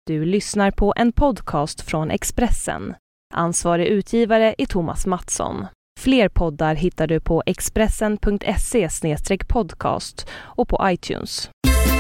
Du lyssnar på en podcast från Expressen. Ansvarig utgivare är Thomas Mattsson. Fler poddar hittar du på expressen.se/podcast och på iTunes.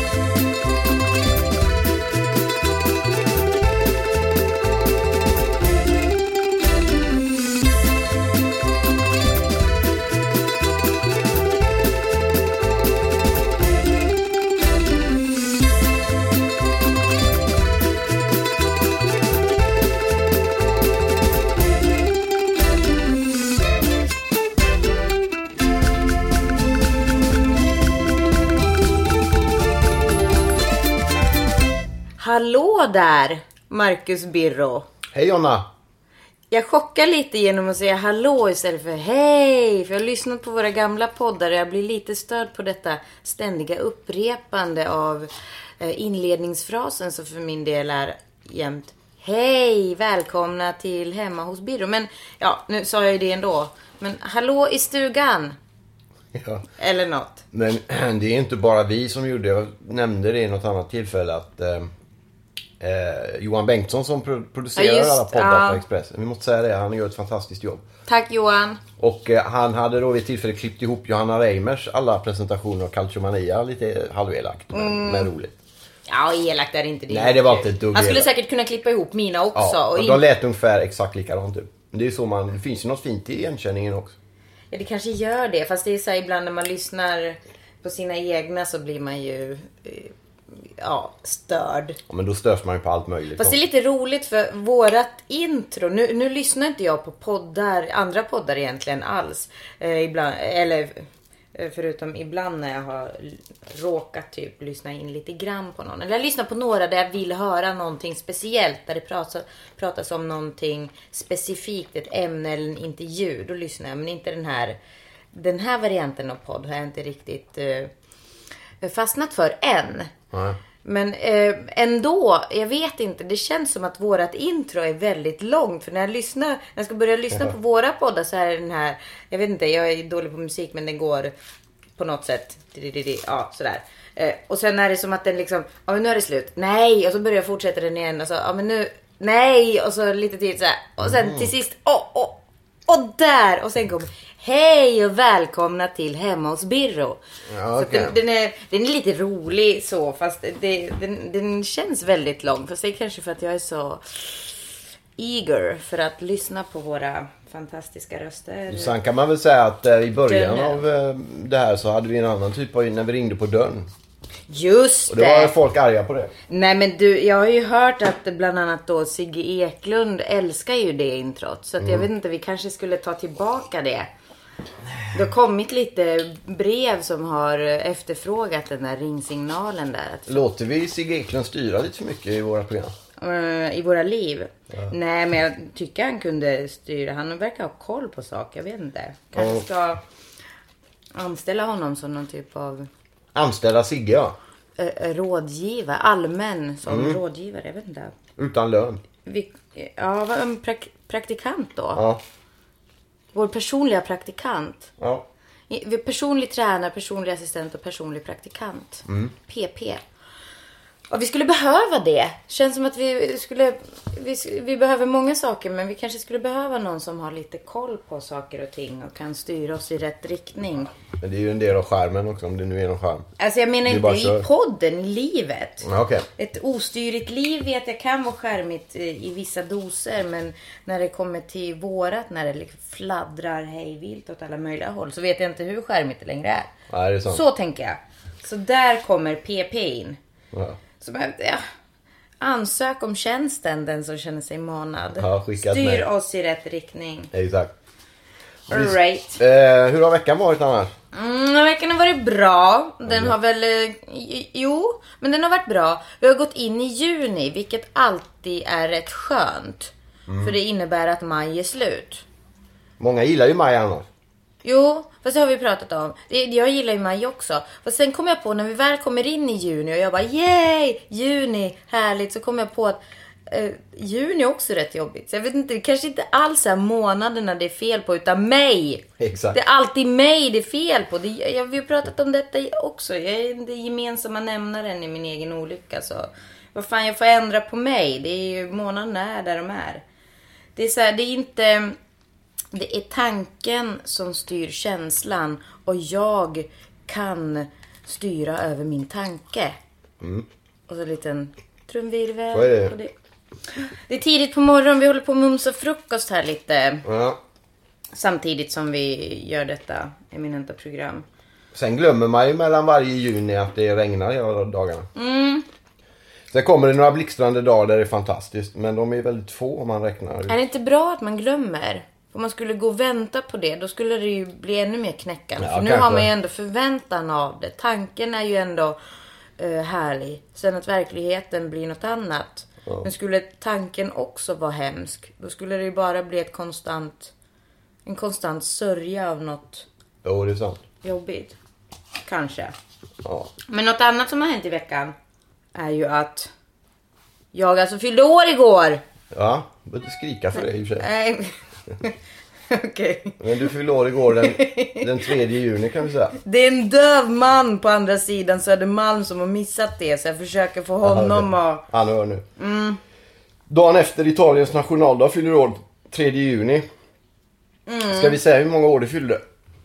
Hallå där, Marcus Birro. Hej Jonna. Jag chockar lite genom att säga hallå istället för hej. För jag har lyssnat på våra gamla poddar och jag blir lite störd på detta ständiga upprepande av inledningsfrasen som för min del är jämt hej, välkomna till hemma hos Birro. Men ja, nu sa jag ju det ändå. Men hallå i stugan. Ja. Eller något. Men det är inte bara vi som gjorde det. Jag nämnde det i något annat tillfälle att Johan Bengtsson som producerar alla poddar på Expressen. Vi måste säga det, han gör ett fantastiskt jobb. Tack Johan. Och han hade då vid tillfälle klippt ihop Johanna Reimers alla presentationer av Calciomania lite halvelakt men roligt. Ja, elakt är det inte det. Nej, det var inte ett dugg. Han skulle säkert kunna klippa ihop mina också. Ja, och de lät ungefär exakt likadant typ. Det är så det finns ju något fint i igenkänningen också. Ja, det kanske gör det. Fast det är så här, ibland när man lyssnar på sina egna så blir man ju störd. Ja, men då störs man ju på allt möjligt. Fast det är lite roligt för vårat intro. Nu lyssnar inte jag på andra poddar egentligen alls. Ibland, eller förutom ibland när jag har råkat typ lyssna in lite grann på någon. Eller jag lyssnar på några där jag vill höra någonting speciellt. Där det pratas om någonting specifikt, ett ämne eller en intervju. Då lyssnar jag, men inte den här varianten av podd har jag inte riktigt fastnat för än. Nej. Men ändå, jag vet inte, det känns som att vårat intro är väldigt långt. För när jag ska börja lyssna på våra poddar så är den här, jag vet inte, jag är dålig på musik men den går på något sätt, ja sådär. Och sen är det som att den liksom, ja men nu är det slut, nej, och så börjar jag fortsätta den igen och så, ja men nu, nej, och så lite till så här. Och sen till sist, och där, och sen kommer hej och välkomna till hemma hos Birro. Ja, okay. Så den är lite rolig så, fast den känns väldigt lång. Fast det är kanske för att jag är så eager för att lyssna på våra fantastiska röster. Sen kan man väl säga att i början av det här så hade vi en annan typ av, när vi ringde på dörren. Just det. Och då var folk arga på det. Nej men du, jag har ju hört att bland annat då Sigge Eklund älskar ju det introt. Så att jag vet inte, vi kanske skulle ta tillbaka det. Det har kommit lite brev som har efterfrågat den där ringsignalen där. Låter vi Sigge Eklund styra lite för mycket i våra program? I våra liv? Ja. Nej, men jag tycker han kunde styra. Han verkar ha koll på saker, jag vet inte. Kanske ska anställa honom som någon typ av... Anställa Sigge, ja. Rådgivare, allmän som rådgivare, jag vet inte. Utan lön. Vad en praktikant då? Ja. Vår personliga praktikant. Ja. Vi personlig tränare, personlig assistent och personlig praktikant. PP. Och vi skulle behöva det. Känns som att vi behöver många saker, men vi kanske skulle behöva någon som har lite koll på saker och ting och kan styra oss i rätt riktning. Men det är ju en del av skärmen också, om det nu är någon skärm. Alltså jag menar inte i podden, i livet. Okay. Ett ostyrigt liv vet jag kan vara skärmigt i vissa doser, men när det kommer till vårat, när det liksom fladdrar hejvilt åt alla möjliga håll, så vet jag inte hur skärmigt det längre är. Nej, det är sant. Så tänker jag. Så där kommer PP in. Ja. Så ansök om tjänsten, den som känner sig manad. Ja, styr oss i rätt riktning. Exakt. All right. Hur har veckan varit annars? Veckan har varit bra. Den har väl... men den har varit bra. Vi har gått in i juni, vilket alltid är rätt skönt. För det innebär att maj är slut. Många gillar ju maj annars. Jo, fast det har vi pratat om. Jag gillar ju maj också. Fast sen kom jag på, när vi väl kommer in i juni och jag bara, yay, juni, härligt. Så kom jag på att juni är också rätt jobbigt. Så jag vet inte, det kanske inte alls är månaderna det är fel på, utan mig. Exakt. Det är alltid mig det är fel på. Vi har pratat om detta också. Jag är den gemensamma nämnaren i min egen olycka. Så vad fan, jag får ändra på mig. Det är ju månaden där de är. Det är så här, det är inte... Det är tanken som styr känslan. Och jag kan styra över min tanke. Och så en liten trumvirvel. Vad är det? Och det är tidigt på morgonen. Vi håller på att mumsa frukost här lite. Ja. Samtidigt som vi gör detta eminenta program. Sen glömmer man ju mellan varje juni att det regnar hela dagarna. Sen kommer det några blixtrande dagar där det är fantastiskt. Men de är väldigt få om man räknar. Är det inte bra att man glömmer? Om man skulle gå och vänta på det, då skulle det ju bli ännu mer knäckande. Ja, för nu kanske. har man ju ändå förväntan av det. Tanken är ju ändå härlig. Sen att verkligheten blir något annat. Ja. Men skulle tanken också vara hemsk, då skulle det ju bara bli en konstant sörja av något. Jo, det är sant. Jobbigt. Kanske. Ja. Men något annat som har hänt i veckan är ju att jag alltså fyllde år igår. Ja, du behöver inte skrika för det i och för sig. Nej. Okej. Men du fyllde år igår den 3 juni kan vi säga. Det är en döv man på andra sidan Södermalm som har missat det. Så jag försöker få honom att... Han hör nu. Dagen efter Italiens nationaldag fyller år 3 juni. Ska vi säga hur många år du fyllde?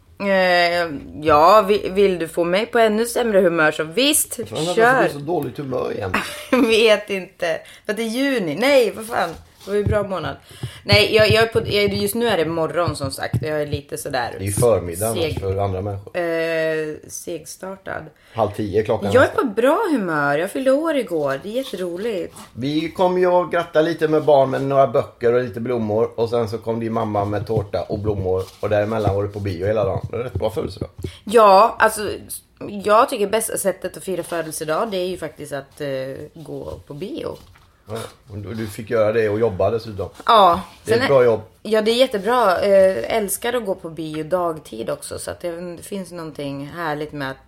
Ja, vill du få mig på ännu sämre humör så visst, kör. Du är så dåligt humör igen. Jag vet inte. För att det är juni. Nej, vad fan. Det var ju bra månad. Nej, jag är på, just nu är det morgon som sagt. Jag är lite sådär. Det är ju förmiddag för andra människor. Segstartad. 9:30 klockan. Jag är på bra humör. Jag fyllde år igår. Det är jätteroligt. Vi kom ju att gratta lite med barn med några böcker och lite blommor. Och sen så kom din mamma med tårta och blommor. Och däremellan var det på bio hela dagen. Det är rätt bra födelsedag. Ja, alltså... Jag tycker bästa sättet att fira födelsedag, det är ju faktiskt att gå på bio. Ja, och du fick göra det och jobba dessutom. Ja. Det är ett bra jobb. Ja, det är jättebra. Älskar att gå på bio dagtid också. Så att det finns någonting härligt med att...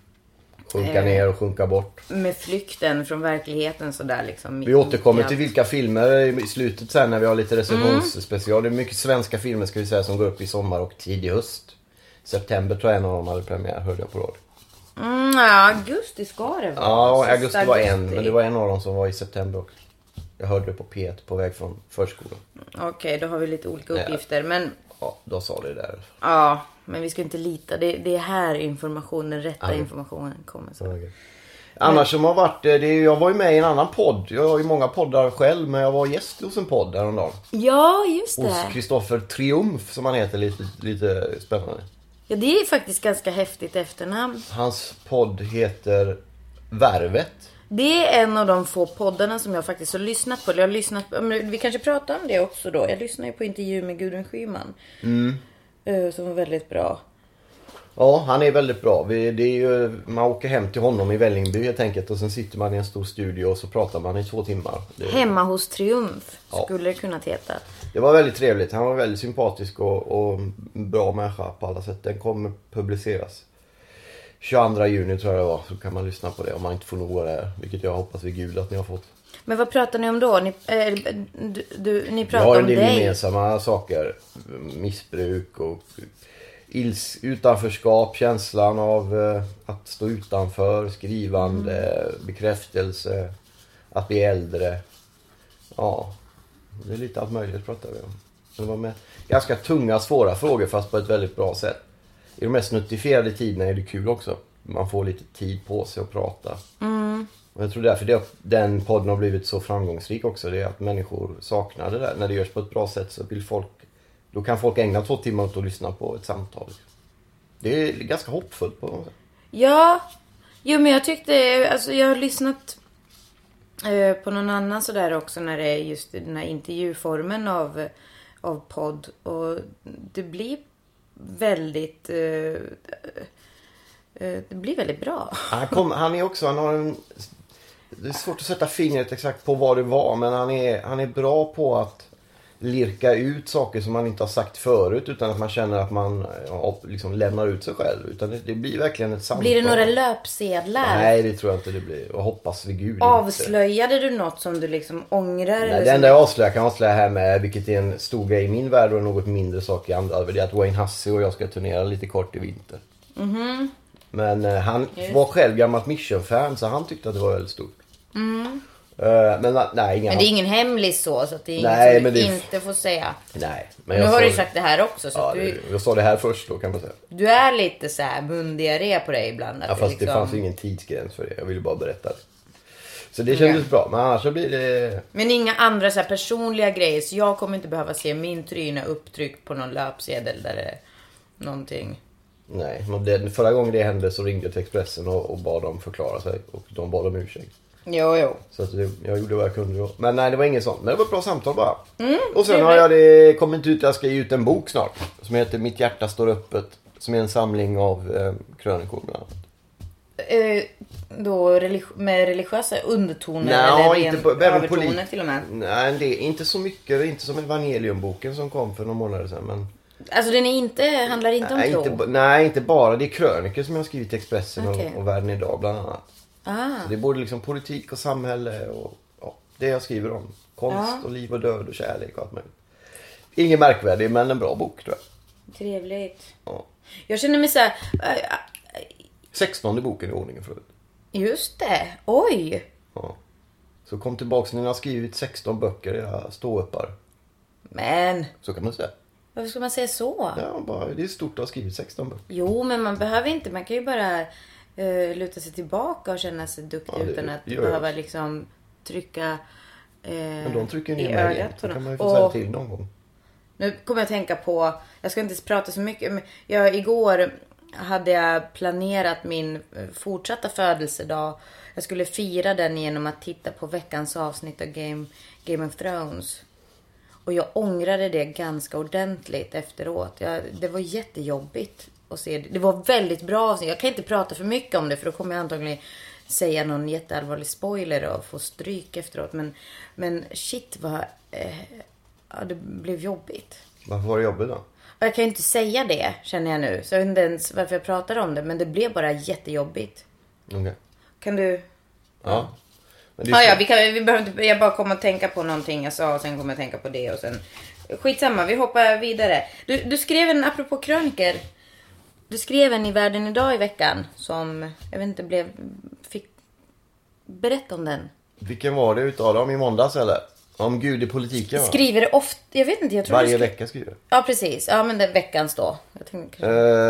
Sjunka ner och sjunka bort. Med flykten från verkligheten sådär liksom. Vi återkommer till vilka filmer i slutet sen när vi har lite recensionsspecial. Det är mycket svenska filmer ska vi säga som går upp i sommar och tidig höst. September tror jag en av dem hade premiär, hörde jag på radio. Ja, augusti ska det vara. Ja, augusti var en, men det var en av dem som var i september också. Jag hörde det på P1 på väg från förskolan. Okej, då har vi lite olika uppgifter, men... Ja, då sa det där. Ja, men vi ska inte lita. Det är här informationen, rätta informationen kommer. Så. Okay. Annars som har varit, jag var ju med i en annan podd. Jag har ju många poddar själv, men jag var gäst hos en podd häromdagen. Ja, just det. Hos Kristoffer Triumf som han heter, lite spännande. Ja, det är faktiskt ganska häftigt efternamn. Hans podd heter Värvet. Det är en av de få poddarna som jag faktiskt har lyssnat på. Vi kanske pratar om det också då. Jag lyssnade ju på intervju med Gudrun Schyman. Som var väldigt bra. Ja, han är väldigt bra. Det är ju, man åker hem till honom i Vällingby helt enkelt. Och sen sitter man i en stor studio och så pratar man i 2 timmar. Hemma hos Triumf skulle det kunna heta. Det var väldigt trevligt. Han var väldigt sympatisk och bra människa på alla sätt. Den kommer publiceras 22 juni tror jag det var. Så kan man lyssna på det om man inte får nog av det här. Vilket jag hoppas vid Gud att ni har fått. Men vad pratar ni om då? Ni pratar om dig. Vi har en del gemensamma saker. Missbruk och utanförskap. Känslan av att stå utanför. Skrivande, bekräftelse. Att bli äldre. Ja, det är lite allt möjligt pratar vi om. Det var med ganska tunga, svåra frågor fast på ett väldigt bra sätt. I de mest notifierade tiderna är det kul också. Man får lite tid på sig att prata. Och jag tror därför den podden har blivit så framgångsrik också. Det är att människor saknar det där. När det görs på ett bra sätt så vill då kan folk ägna 2 timmar åt att lyssna på ett samtal. Det är ganska hoppfullt på något sätt. Ja, men jag tyckte, alltså jag har lyssnat på någon annan sådär också när det är just den här intervjuformen av podd. Och det blir väldigt bra. Han det är svårt att sätta fingret exakt på vad det var, men han är bra på att lirka ut saker som man inte har sagt förut utan att man känner att man liksom lämnar ut sig själv. Utan det blir verkligen ett samtal. Blir det några löpsedlar? Nej, det tror jag inte det blir. Och hoppas vid Gud. Avslöjade du något som du liksom ångrar? Nej, det enda jag kan avslöja här med, vilket är en stor grej i min värld och något mindre sak i andra, det är att Wayne Hussey och jag ska turnera lite kort i vinter. Men han var själv gammalt Mission-fan så han tyckte att det var väldigt stort. Men nej, inga. Men det är ingen hemlig så att det är Nej, inget som du men det- inte får säga. Nej. Men Nu jag har sa du ju det- sagt det här också. Så Ja, att jag sa det här först då kan man säga. du är lite så här mundiarré på dig ibland. Att Ja, fast det liksom... fanns ingen tidsgräns för det. Jag ville bara berätta det. Så det kändes bra. Men annars så blir det... Men inga andra så här personliga grejer. Så jag kommer inte behöva se min tryna upptryckt på någon löpsedel där det är någonting. Nej, men förra gången det hände så ringde jag till Expressen och bad dem förklara sig. Och de bad om ursäkt. Jo. Så att jag gjorde vad jag kunde då. Men nej, det var inget sånt. Men det var ett bra samtal bara. Och sen trevligt. har jag det kommit ut, jag ska ge ut en bok snart. Som heter Mitt hjärta står öppet. Som är en samling av krönikor bland annat. Då med religiösa undertoner Nej, eller inte ren på- även övertoner till och med. Nej, det är inte så mycket. Det är inte som Evangeliumboken som kom för några månader sedan. Men Alltså den handlar inte om nej, tro. nej, inte bara. Det är krönikor som jag har skrivit till Expressen Okej. och Världen idag bland annat. Ah. Så det är både liksom politik och samhälle och det jag skriver om. Konst och liv och död och kärlek och allt möjligt. Ingen märkvärdig, men en bra bok tror jag. Trevligt. Ja. Jag känner mig så här. 16:e boken i ordningen förut. Just det. Oj. Ja. Så kom tillbaka när jag har skrivit 16 böcker, era ståuppar. Men Så kan man säga. varför ska man säga så? Ja, bara, det är stort att ha skrivit 16 böcker. Jo, men man behöver inte. Man kan ju bara luta sig tillbaka och känna sig duktig Ja, det utan att gör jag behöva också. liksom trycka Men de trycker i ner mig igen. ögat på Så kan dem. man ju få säga till någon gång. Nu kommer jag att tänka på, jag ska inte prata så mycket, men igår hade jag planerat min fortsatta födelsedag. Jag skulle fira den genom att titta på veckans avsnitt av Game of Thrones. Och jag ångrade det ganska ordentligt efteråt. Det var jättejobbigt att se det. Det var väldigt bra avsnitt. Jag kan inte prata för mycket om det för då kommer jag antagligen säga någon jätteallvarlig spoiler och få stryk efteråt. Men shit vad... Ja, det blev jobbigt. Varför var det jobbigt då? Och jag kan ju inte säga det, känner jag nu. Så jag vet inte ens varför jag pratar om det. Men det blev bara jättejobbigt. Okej. Kan du... Ja. Men det är Ja, vi behöver inte... Jag bara kommer att tänka på någonting jag sa och sen kommer jag tänka på det och sen... Skitsamma, vi hoppar vidare. Du skrev en, apropå kröniker. Du skrev en i Världen idag i veckan som, jag vet inte, fick... Berätta om den. Vilken var det utav dem i måndags eller? Om Gud i politiken va? Skriver det ofta, jag vet inte, jag tror Varje vecka skriver Ja, precis. Ja, men det är veckans då. Jag tänkte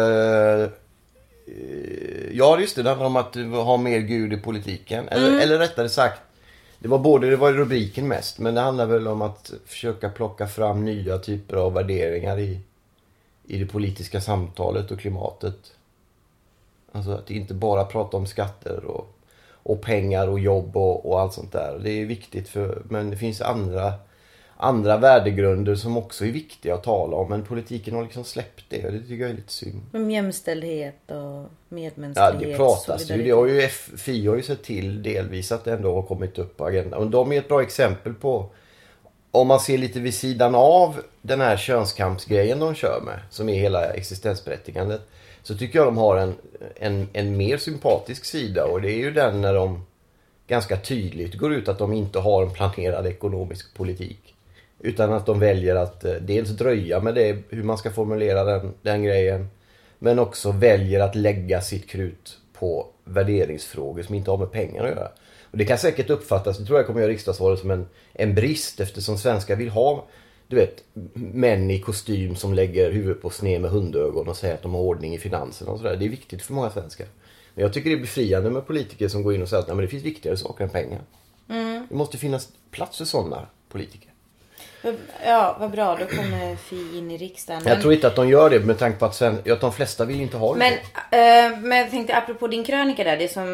ja, just det. Det handlar om att ha mer Gud i politiken. Eller rättare sagt, det var rubriken mest. Men det handlar väl om att försöka plocka fram nya typer av värderingar i det politiska samtalet och klimatet. Alltså att inte bara prata om skatter och pengar och jobb och allt sånt där. Det är viktigt men det finns andra värdegrunder som också är viktiga att tala om. Men politiken har liksom släppt det och det tycker jag är lite synd. om jämställdhet och medmänsklighet. Ja, det pratas ju. Det har ju FI har ju sett till delvis att det ändå har kommit upp på agendan. Och de är ett bra exempel på, om man ser lite vid sidan av den här könskampsgrejen de kör med, som är hela existensberättigandet, så tycker jag de har en mer sympatisk sida. Och det är ju den när de ganska tydligt går ut att de inte har en planerad ekonomisk politik. Utan att de väljer att dels dröja med det, hur man ska formulera den grejen. Men också väljer att lägga sitt krut på värderingsfrågor som inte har med pengar att göra. Och det kan säkert uppfattas, det tror jag kommer göra riksdagsvalet som en brist, eftersom svenskar vill ha, du vet, män i kostym som lägger huvudet på sned med hundögon och säger att de har ordning i finanserna och sådär. Det är viktigt för många svenskar. Men jag tycker det är befriande med politiker som går in och säger att nej, men det finns viktigare saker än pengar. Det måste finnas plats för sådana politiker. Ja, vad bra. Då kommer Fi in i riksdagen. Jag tror inte att de gör det med tanke på att de flesta vill inte ha det. Men jag tänkte apropå din krönika där. Det som...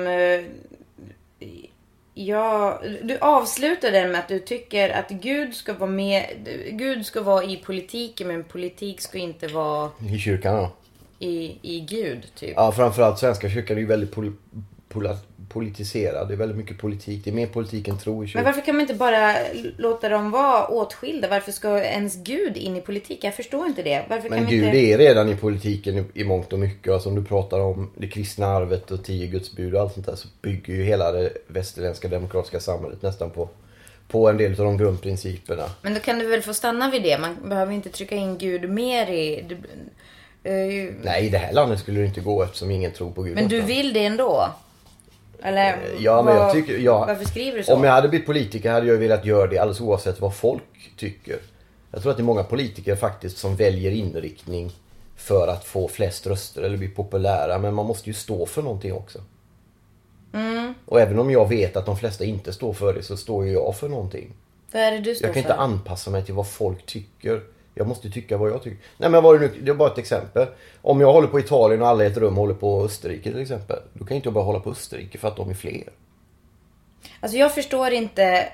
du avslutar den med att du tycker att Gud ska vara med. Gud ska vara i politiken, men politik ska inte vara I kyrkan, ja. i Gud, typ. Ja, framförallt svenska kyrkan är ju väldigt politiserad. Det är väldigt mycket politik. Det är mer politik än tro i kyrkan. Men varför kan man inte bara låta dem vara åtskilda? Varför ska ens Gud in i politik? Jag förstår inte det. Varför Men kan Gud inte... är redan i politiken i mångt och mycket. Alltså, om du pratar om det kristna arvet och 10 Guds bud och allt sånt där, så bygger ju hela det västerländska demokratiska samhället nästan på en del av de grundprinciperna. Men då kan du väl få stanna vid det. Man behöver inte trycka in Gud mer i... Nej, i det här landet skulle det inte gå eftersom ingen tror på Gud. Men du vill det ändå? Eller men jag tycker, varför skriver du så? Om jag hade blivit politiker hade jag velat göra det alldeles oavsett vad folk tycker. Jag tror att det är många politiker faktiskt som väljer inriktning för att få flest röster eller bli populära. Men man måste ju stå för någonting också. Och även om jag vet att de flesta inte står för det, så står ju jag för någonting. Vad är det du står Jag kan för? inte anpassa mig till vad folk tycker. Jag måste tycka vad jag tycker. Nej, men vad det är bara ett exempel. Om jag håller på Italien och alla i ett rum håller på Österrike till exempel, då kan inte jag bara hålla på Österrike för att de är fler. Alltså jag förstår inte...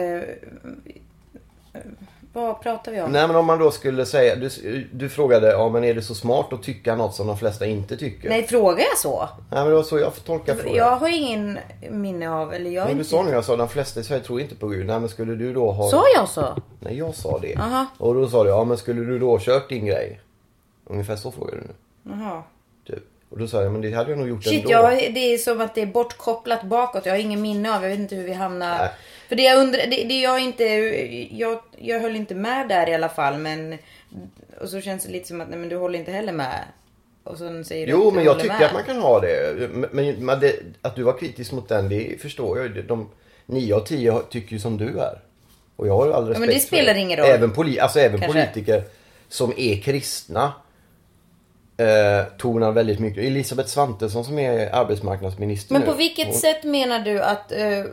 vad pratar vi om? Nej, men om man då skulle säga... Du frågade, men är det så smart att tycka något som de flesta inte tycker? Nej, frågar jag så? Nej, men det var så jag får tolka frågan. Jag har ingen minne av... Eller jag Men inte... du sa nu, jag sa de flesta i Sverige tror inte på Gud. Nej, men skulle du då ha... Så jag så? Nej, jag sa det. Aha. Och då sa du, men skulle du då kört din grej? Ungefär så frågade du nu. Jaha. Typ. Och då sa jag, men det hade jag nog gjort Shit, ändå. det är som att det är bortkopplat bakåt. Jag har ingen minne av. Jag vet inte hur vi hamnar. Nej. För det jag undrar, det jag inte... Jag höll inte med där i alla fall. Men... Och så känns det lite som att nej, men du håller inte heller med. Och så säger du Jo, att du men jag håller tycker med. att man kan ha det. Men det, att du var kritisk mot den, det förstår jag ju. 9 av 10 tycker ju som du är. Och jag har ju all respekt men det spelar för ingen roll. Även Kanske. politiker som är kristna tonar väldigt mycket. Elisabeth Svantesson som är arbetsmarknadsminister Men nu, på vilket sätt menar du att...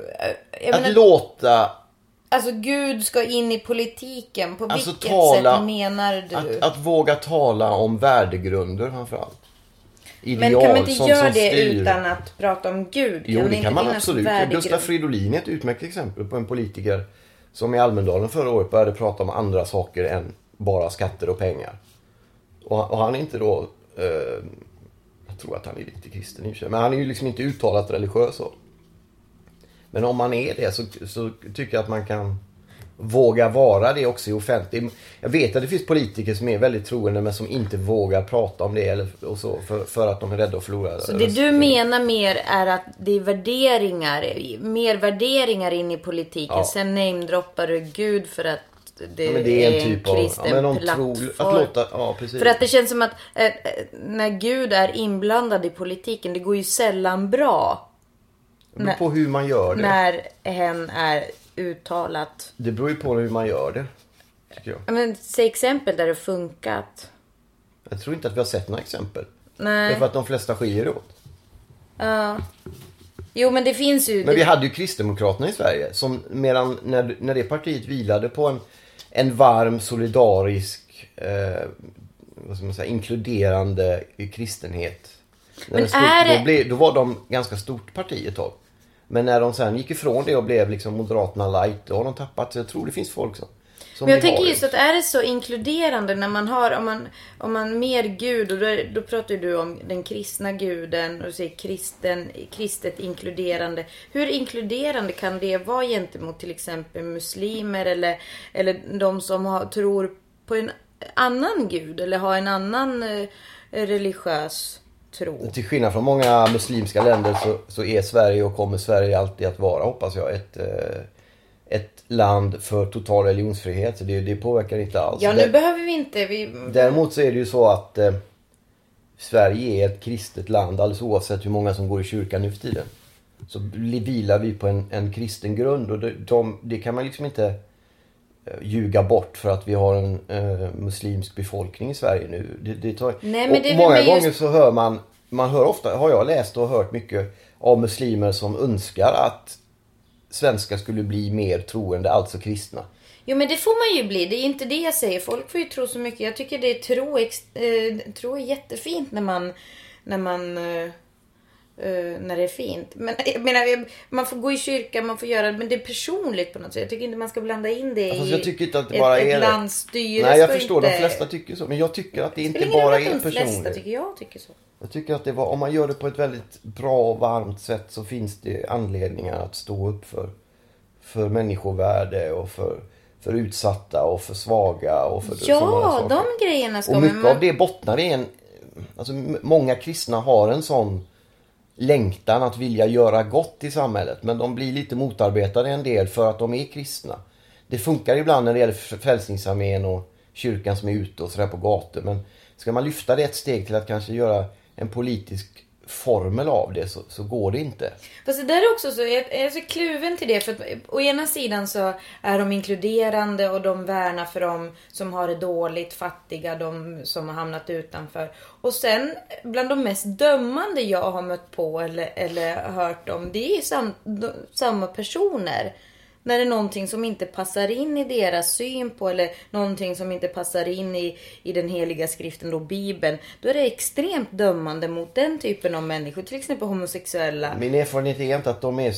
låta... Alltså Gud ska in i politiken. På Alltså, vilket tala- sätt menar du? Att våga tala om värdegrunder framförallt. Men kan man inte göra det styr. utan att prata om Gud? Jo, det inte kan man finnas absolut. värdegrund? Gustaf Fridolin är ett utmärkt exempel på en politiker som i Almedalen förra året började prata om andra saker än bara skatter och pengar. Och han är inte då... jag tror att han är lite kristen i och för sig, men han är ju liksom inte uttalat religiös så. Men om man är det så tycker jag att man kan våga vara det också i offentligt. Jag vet att det finns politiker som är väldigt troende men som inte vågar prata om det eller, och så, för att de är rädda att förlora. Så det du menar mer är att det är mer värderingar in i politiken. Ja. Sen namedroppar du Gud för att det, men det är en en typ av kristen plattform. precis. För att det känns som att när Gud är inblandad i politiken, det går ju sällan bra. Det beror på hur man gör det. När hen är uttalat. Det beror ju på hur man gör det, tycker jag. Men säg exempel där det funkat. Jag tror inte att vi har sett några exempel. Nej. Det är för att de flesta skiljer åt. Ja. Jo, men det finns ju... Men vi hade ju Kristdemokraterna i Sverige som medan när det partiet vilade på en varm, solidarisk vad ska man säga, inkluderande kristenhet. Då var de ganska stort parti ett tag. Men när de sen gick ifrån det och blev liksom Moderaterna light, då har de tappat. Så jag tror det finns folk som men jag tänker just att är det så inkluderande när man har om man mer Gud, och då pratar du om den kristna guden och säger kristet inkluderande. Hur inkluderande kan det vara gentemot till exempel muslimer eller de som tror på en annan gud eller har en annan religiös tro? Till skillnad från många muslimska länder så är Sverige och kommer Sverige alltid att vara, hoppas jag, ett land för total religionsfrihet. Så det påverkar inte alls. Ja, nu behöver vi inte... Däremot så är det ju så att Sverige är ett kristet land alldeles oavsett hur många som går i kyrkan nu för tiden. Så vilar vi på en kristen grund och det kan man liksom inte ljuga bort för att vi har en muslimsk befolkning i Sverige nu. Nej, men det många gånger så hör man hör ofta, har jag läst och hört mycket av muslimer som önskar att svenskar skulle bli mer troende, alltså kristna. Jo, men det får man ju bli. Det är inte det jag säger. Folk får ju tro så mycket. Jag tycker det är tro är jättefint när det är fint. Men jag menar, man får gå i kyrkan, man får göra det, men det är personligt på något sätt. Jag tycker inte man ska blanda in det Alltså, i jag tycker inte att det bara ett är landsstyre. Nej, jag förstår, de flesta tycker så. Men jag tycker att det inte bara är personligt. De flesta tycker så. Jag tycker att om man gör det på ett väldigt bra och varmt sätt så finns det anledningar att stå upp för människovärde och för utsatta och för svaga och för ja, de grejerna ska. Och mycket av det bottnar i alltså många kristna har en sån längtan att vilja göra gott i samhället, men de blir lite motarbetade en del för att de är kristna. Det funkar ibland när det gäller Frälsningsarmén och kyrkan som är ute och sådär på gator, men ska man lyfta det ett steg till att kanske göra en politisk formel av det så går det inte. Fast det där är också så, jag är så kluven till det. För att å ena sidan så är de inkluderande och de värnar för dem som har det dåligt, fattiga, de som har hamnat utanför. Och sen bland de mest dömande jag har mött på eller hört om, det är samma personer. När det är någonting som inte passar in i deras syn på, eller någonting som inte passar in i den heliga skriften, då Bibeln, då är det extremt dömande mot den typen av människor, till exempel homosexuella. Min erfarenhet är inte att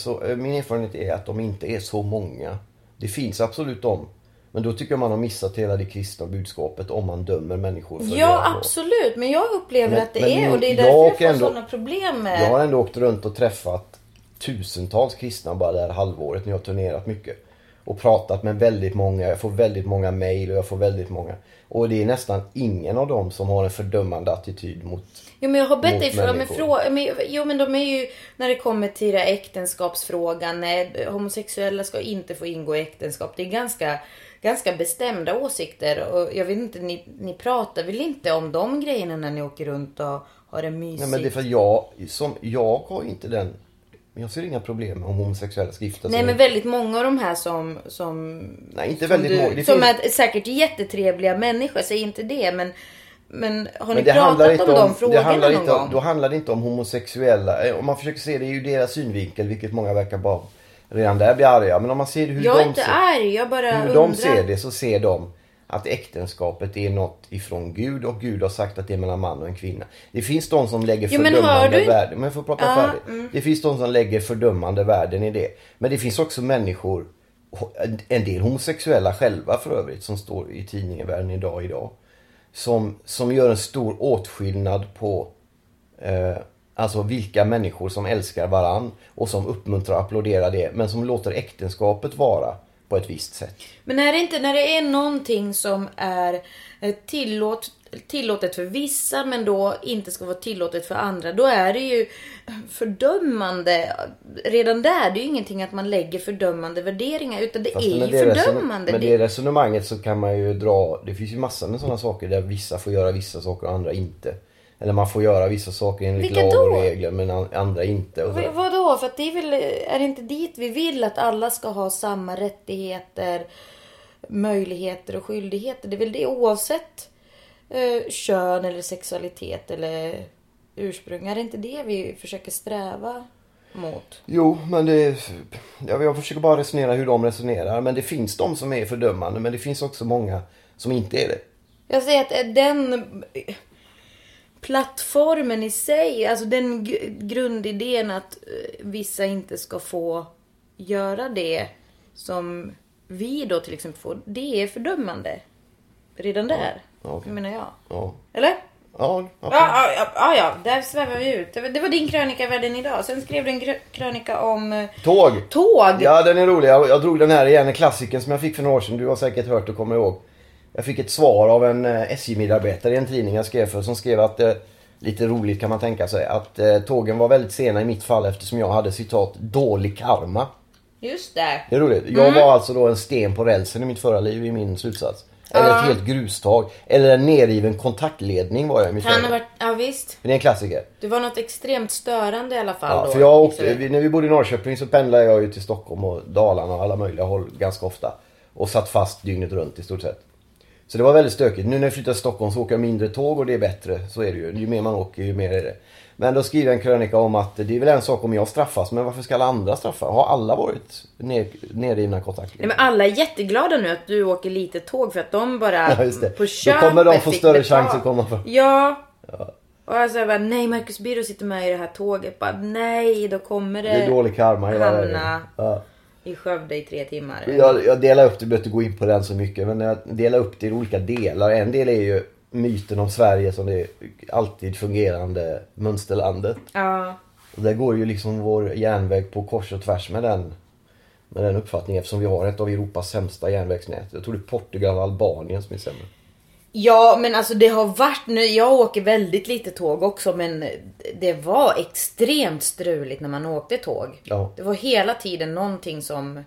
de inte är så många. Det finns absolut dem. Men då tycker jag man har missat hela det kristna budskapet om man dömer människor för Ja, absolut. Men jag upplever att det är, och det är därför jag får sådana problem med. Jag har ändå åkt runt och träffat tusentals kristna bara det här halvåret när jag har turnerat mycket. Och pratat med väldigt många. Jag får väldigt många mejl och jag får väldigt många. Och det är nästan ingen av dem som har en fördömande attityd mot människor. Jo, men jag har bett dig fråga. Men de är ju, när det kommer till det äktenskapsfrågan. Nej, homosexuella ska inte få ingå i äktenskap. Det är ganska bestämda åsikter. Och jag vet inte, ni pratar väl inte om de grejerna när ni åker runt och har det mysigt? Nej, men det är för jag har inte den. Jag ser inga problem om homosexuella ska gifta sig. Nej, men väldigt många av de här som nej, inte väldigt många. Som är säkert jättetrevliga människor, säger inte det, men har ni pratat om de frågorna någon gång? Då handlar det inte om homosexuella. Om man försöker se det ur deras synvinkel, vilket många verkar bara redan där blir arga. Men om man ser hur de ser det, så ser de att äktenskapet är något ifrån Gud, och Gud har sagt att det är mellan man och en kvinna. Det finns de som lägger fördömande värden. Men jag får prata färdigt. Det finns de som lägger fördömande värden i det. Men det finns också människor, en del homosexuella själva för övrigt, som står i tidningen Världen idag. Som gör en stor åtskillnad på alltså vilka människor som älskar varann och som uppmuntrar och applåderar det, men som låter äktenskapet vara på ett visst sätt. Men är det inte, när det är någonting som är tillåtet för vissa men då inte ska vara tillåtet för andra, då är det ju fördömande. Redan där, det är ju ingenting att man lägger fördömande värderingar, utan det är ju fördömande. Men det resonemanget så kan man ju dra, det finns ju massor med sådana saker där vissa får göra vissa saker och andra inte. Eller man får göra vissa saker enligt lag och regler, men andra inte. Och vadå? För att är det inte dit vi vill, att alla ska ha samma rättigheter, möjligheter och skyldigheter? Det är väl det oavsett kön eller sexualitet eller ursprung. Är det inte det vi försöker sträva mot? Jo, men jag försöker bara resonera hur de resonerar. Men det finns de som är fördömande, men det finns också många som inte är det. Jag säger att den plattformen i sig, alltså den grundidén att vissa inte ska få göra det som vi då till exempel får, det är fördömande redan där. Okay. Menar jag. Ja. Eller? Ja. Ja, där svävar vi ut. Det var din krönika i Världen idag. Sen skrev du en krönika om tåg. Ja, den är rolig. Jag drog den här igen, en klassiken som jag fick för några år sedan. Du har säkert hört och kommer ihåg. Jag fick ett svar av en SJ-medarbetare i en tidning jag skrev för, som skrev att lite roligt kan man tänka sig, att tågen var väldigt sena i mitt fall eftersom jag hade citat dålig karma. Just det. Det är roligt. Jag var alltså då en sten på rälsen i mitt förra liv, i min slutsats. Eller ett helt grustag. Eller en nerriven kontaktledning var jag i mitt förra liv. Ja, visst. Det är en klassiker. Det var något extremt störande i alla fall då. För jag åkte, när vi bodde i Norrköping så pendlade jag ju till Stockholm och Dalarna och alla möjliga håll ganska ofta. Och satt fast dygnet runt i stort sett. Så det var väldigt stökigt. Nu när jag flyttar till Stockholm så åker jag mindre tåg och det är bättre. Så är det ju. Ju mer man åker, ju mer är det. Men då skriver jag en krönika om att det är väl en sak om jag straffas. Men varför ska alla andra straffa? Har alla varit nerrivna kontakter? Nej, men alla är jätteglada nu att du åker lite tåg, för att de bara på köpet. Då kommer de få större chans att komma för. Ja. Och alltså jag bara, nej, Marcus Birro sitter med i det här tåget. Bara, nej, då kommer det är dålig karma hela hamna i Skövde i 3 timmar. Jag delar upp det, behöver inte gå in på den så mycket. Men jag delar upp det i olika delar. En del är ju myten om Sverige som det alltid fungerande mönsterlandet. Ja. Och där går ju liksom vår järnväg på kors och tvärs med den uppfattningen, eftersom vi har ett av Europas sämsta järnvägsnät. Jag tror det är Portugal och Albanien som är sämre. Ja, men alltså det har varit nu, jag åker väldigt lite tåg också, men det var extremt struligt när man åkte tåg. Ja. Det var hela tiden någonting som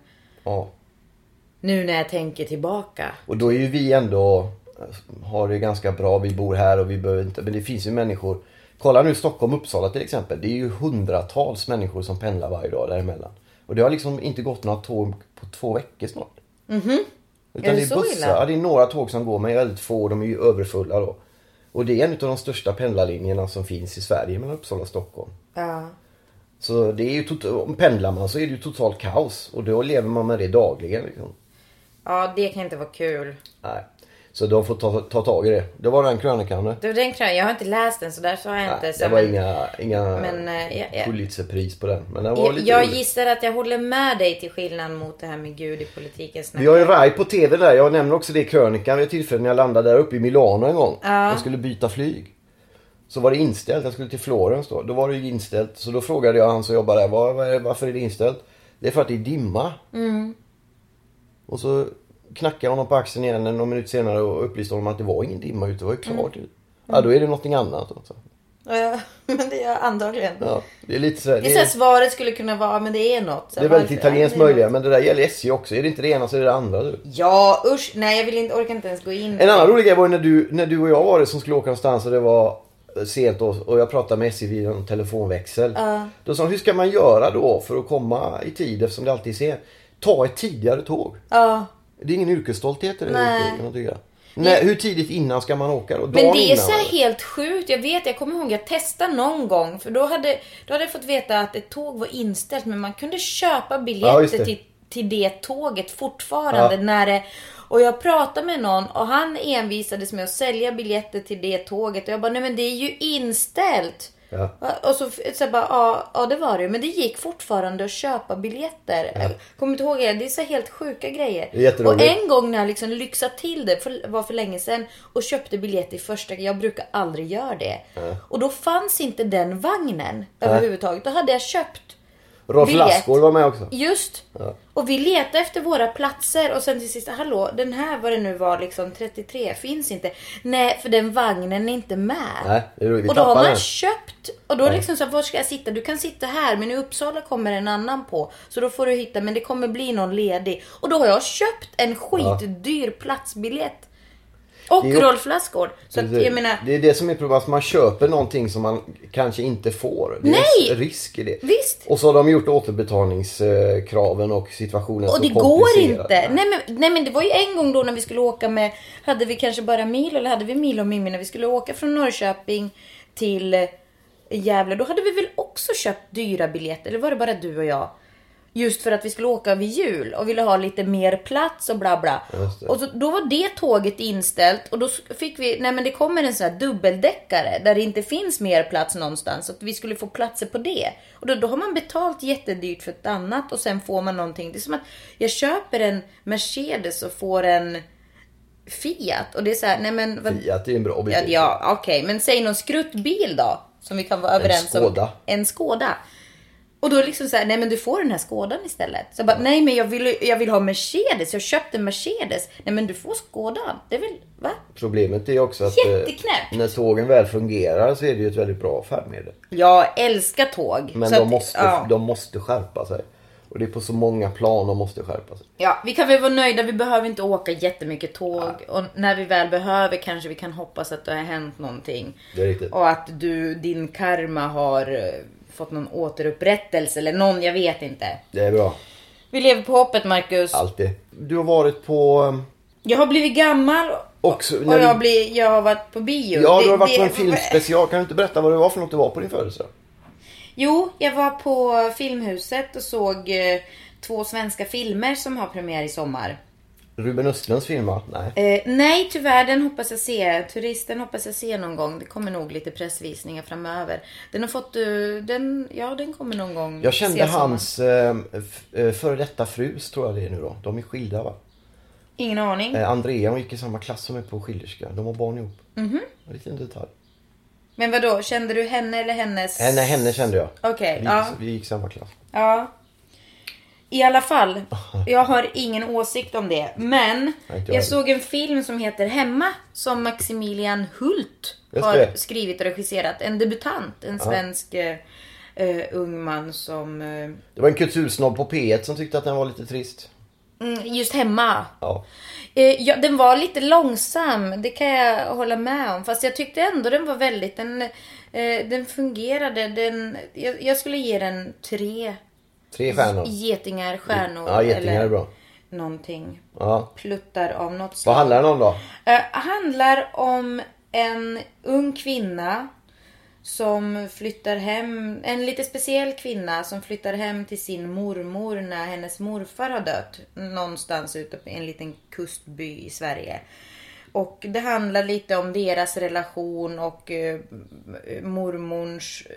nu när jag tänker tillbaka. Och då är ju vi ändå, har det ganska bra, vi bor här och vi behöver inte, men det finns ju människor, Kolla nu Stockholm, Uppsala till exempel. Det är ju hundratals människor som pendlar varje dag däremellan. Och det har liksom inte gått några tåg på 2 veckor snart. Utan det är så bussar. illa? Ja, det är några tåg som går men väldigt få. De är ju överfulla då. Och det är en av de största pendlarlinjerna som finns i Sverige mellan Uppsala och Stockholm. Ja. Så det är ju pendlar man så är det ju totalt kaos. Och då lever man med det dagligen liksom. Ja, det kan inte vara kul. Nej. Så de får ta tag i det. Det var den krönikan nu. Det var den krönikan. Jag har inte läst den så där så har jag inte. Det var inga Men, Pulitzerpris på den. Men den var lite jag rolig. gissar att jag håller med dig till skillnad mot det här med Gud i politiken. Vi har ju Rai på tv där. Jag nämner också det i krönikan vid ett tillfälle när jag landade där uppe i Milano en gång. Jag skulle byta flyg. Så var det inställt. Jag skulle till Florens då. Då var det ju inställt. Så då frågade jag han som jobbar där. Varför är det inställt? Det är för att det är dimma. Och så knackade jag honom på axeln igen någon minut senare och upplyste honom att det var ingen dimma ute. Det var ju klart. Ja, då är det någonting annat. Också. Ja, men det är antagligen. Ja, det är lite så här, det är så här svaret skulle kunna vara, men det är något. Så det är väldigt italienskt möjliga, men det där gäller SJ också. Är det inte det ena så är det andra du. Ja, usch. Nej, jag vill inte, orkar inte ens gå in. En annan rolig grej var när du och jag var det som skulle åka någonstans och det var sent och jag pratade med SJ vid en telefonväxel. Då sa de, hur ska man göra då för att komma i tid eftersom det alltid är sent? Ta ett tidigare tåg. Det är ingen yrkesstolthet i det. Nej. Nej, hur tidigt innan ska man åka då? Men det är så här helt sjukt. Jag kommer ihåg jag testade någon gång. För då hade jag fått veta att ett tåg var inställt. Men man kunde köpa biljetter till det tåget fortfarande. När och jag pratade med någon och han envisades med att sälja biljetter till det tåget. Och jag bara, nej men det är ju inställt. Ja. Och så bara, ja det var det. Men det gick fortfarande att köpa biljetter. Ja. Kommer inte ihåg det? Det är så helt sjuka grejer. Och en gång när jag liksom lyxade till det var för länge sedan och köpte biljetter i första. Jag brukar aldrig göra det. Ja. Och då fanns inte den vagnen överhuvudtaget. Då hade jag köpt Rolf Lassgård var med också. Just. Ja. Och vi letade efter våra platser. Och sen till sist, hallå, den här vad det nu var liksom 33 finns inte. Nej, för den vagnen är inte med. Nej, och då har man köpt. Och då liksom så, var ska jag sitta? Du kan sitta här, men i Uppsala kommer en annan på. Så då får du hitta, men det kommer bli någon ledig. Och då har jag köpt en skitdyr platsbiljett. Och Rolf Lassgård. Så att, jag menar, det är det som är problemet. Man köper någonting som man kanske inte får. Det är en risk i det. Visst. Och så har de gjort återbetalningskraven och situationen. Och det går inte. Nej men det var ju en gång då när vi skulle åka med. Hade vi kanske bara Milo eller hade vi Milo och Mimmi när vi skulle åka från Norrköping till Gävle. Då hade vi väl också köpt dyra biljetter. Eller var det bara du och jag? Just för att vi skulle åka vid jul och ville ha lite mer plats och bla bla. Och så, då var det tåget inställt och då fick vi, nej men det kommer en sån här dubbeldäckare där det inte finns mer plats någonstans. Så att vi skulle få platser på det. Och då har man betalt jättedyrt för ett annat och sen får man någonting. Det är som att jag köper en Mercedes och får en Fiat. Och det är så här, nej men... Fiat är en bra bil. Ja, okej. Men säg någon skruttbil då. Som vi kan vara överens om. En Skoda. Och då liksom så här, nej men du får den här Skådan istället. Så jag bara, nej men jag vill ha Mercedes. Jag köpte en Mercedes. Nej men du får Skådan. Det är väl, va? Problemet är också att när tågen väl fungerar så är det ju ett väldigt bra färdmedel. Jag älskar tåg. Men de måste skärpa sig. Och det är på så många plan de måste skärpa sig. Ja, vi kan väl vara nöjda. Vi behöver inte åka jättemycket tåg. Ja. Och när vi väl behöver kanske vi kan hoppas att det har hänt någonting. Det är riktigt. Och att din karma har fått någon återupprättelse eller någon, jag vet inte. Det är bra. Vi lever på hoppet, Marcus. Alltid. Du har varit på... Jag har blivit gammal också, och jag har varit på bio. Ja, du har varit på en filmspecial. Kan du inte berätta vad det var för något du var på din födelsedag? Jo, jag var på Filmhuset och såg 2 svenska filmer som har premiär i sommar. Ruben Östlunds film, va? Nej. Nej, tyvärr, den hoppas jag se. Turisten hoppas jag se någon gång. Det kommer nog lite pressvisningar framöver. Den har fått... den kommer någon gång. Jag kände hans före detta frus, tror jag det är nu då. De är skilda, va? Ingen aning. Andrea, hon gick i samma klass som är på Skilderska. De har barn ihop. En liten detalj. Men vadå? Kände du henne eller hennes... Henne kände jag. Okej, Vi gick samma klass. Ja. I alla fall, jag har ingen åsikt om det. Men jag såg en film som heter Hemma, som Maximilian Hult har skrivit och regisserat. En debutant, en svensk ung man som... Det var en kultursnobb på P1 som tyckte att den var lite trist. Just Hemma. Ja. Den var lite långsam, det kan jag hålla med om. Fast jag tyckte ändå den var väldigt... Den fungerade. Jag skulle ge den 3 stjärnor. Getingar-stjärnor. Ja, getingar är bra. Någonting. Ja. Pluttar av något slag. Vad handlar den om då? Handlar om en ung kvinna som flyttar hem. En lite speciell kvinna som flyttar hem till sin mormor när hennes morfar har dött. Någonstans ute på en liten kustby i Sverige. Och det handlar lite om deras relation och mormors,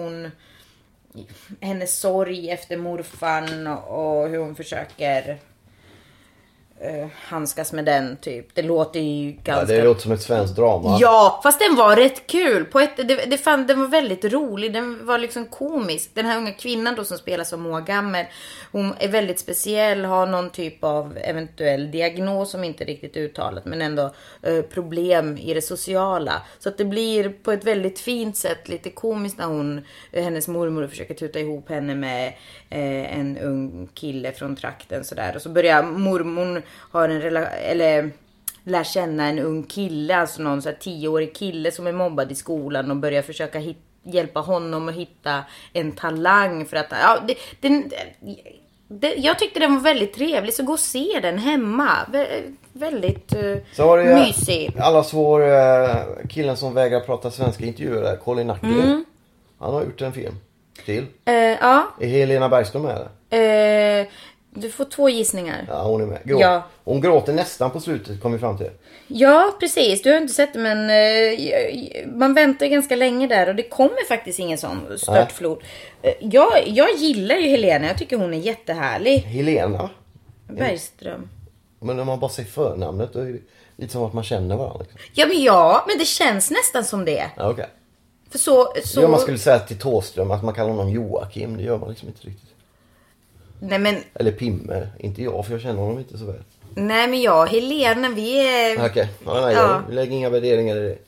hennes sorg efter morfan och hur hon försöker handskas med den typ. Det låter ju ganska... Ja, det låter som ett svenskt drama. Ja, fast den var rätt kul. Den var väldigt rolig. Den var liksom komisk. Den här unga kvinnan då som spelar som Moa Gammel, hon är väldigt speciell, har någon typ av eventuell diagnos som inte är riktigt uttalat, men ändå problem i det sociala. Så att det blir på ett väldigt fint sätt lite komiskt när hennes mormor försöker tuta ihop henne med en ung kille från trakten sådär. Och så börjar mormor har lär känna en ung kille, alltså någon så här 10-årig kille som är mobbad i skolan och börjar försöka hjälpa honom att hitta en talang för att jag tyckte den var väldigt trevlig, så gå och se den hemma. Väldigt mysig. Allas vår killen som vägrar prata svenska intervjuer, Colin Nutley. Han har gjort en film till. Ja. Är Helena Bergström med det? Du får 2 gissningar. Ja, hon är med. Ja. Hon gråter nästan på slutet, kom vi fram till. Ja, precis. Du har inte sett det, men man väntar ganska länge där och det kommer faktiskt ingen sån störtflod. Jag gillar ju Helena. Jag tycker hon är jättehärlig. Helena? Bergström. Men när man bara säger förnamnet, då är det lite som att man känner varandra. Liksom. Men det känns nästan som det. Ja, okej. För så... Ja, man skulle säga till Thåström att man kallar honom Joakim. Det gör man liksom inte riktigt. Nej, men... Eller Pimme. Inte jag, för jag känner honom inte så väl. Nej, men Helena, vi är... Okej. Jag lägger inga värderingar i det.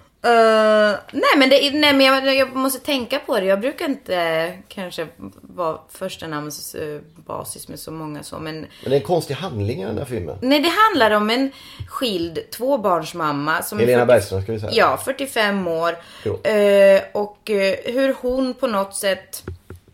Nej, men jag måste tänka på det. Jag brukar inte kanske vara första namnsbasis med så många så. Men det är en konstig handling i den där filmen. Nej, det handlar om en skild 2-barnsmamma. Som Helena Bergström, ska vi säga. Ja, 45 år. Och hur hon på något sätt...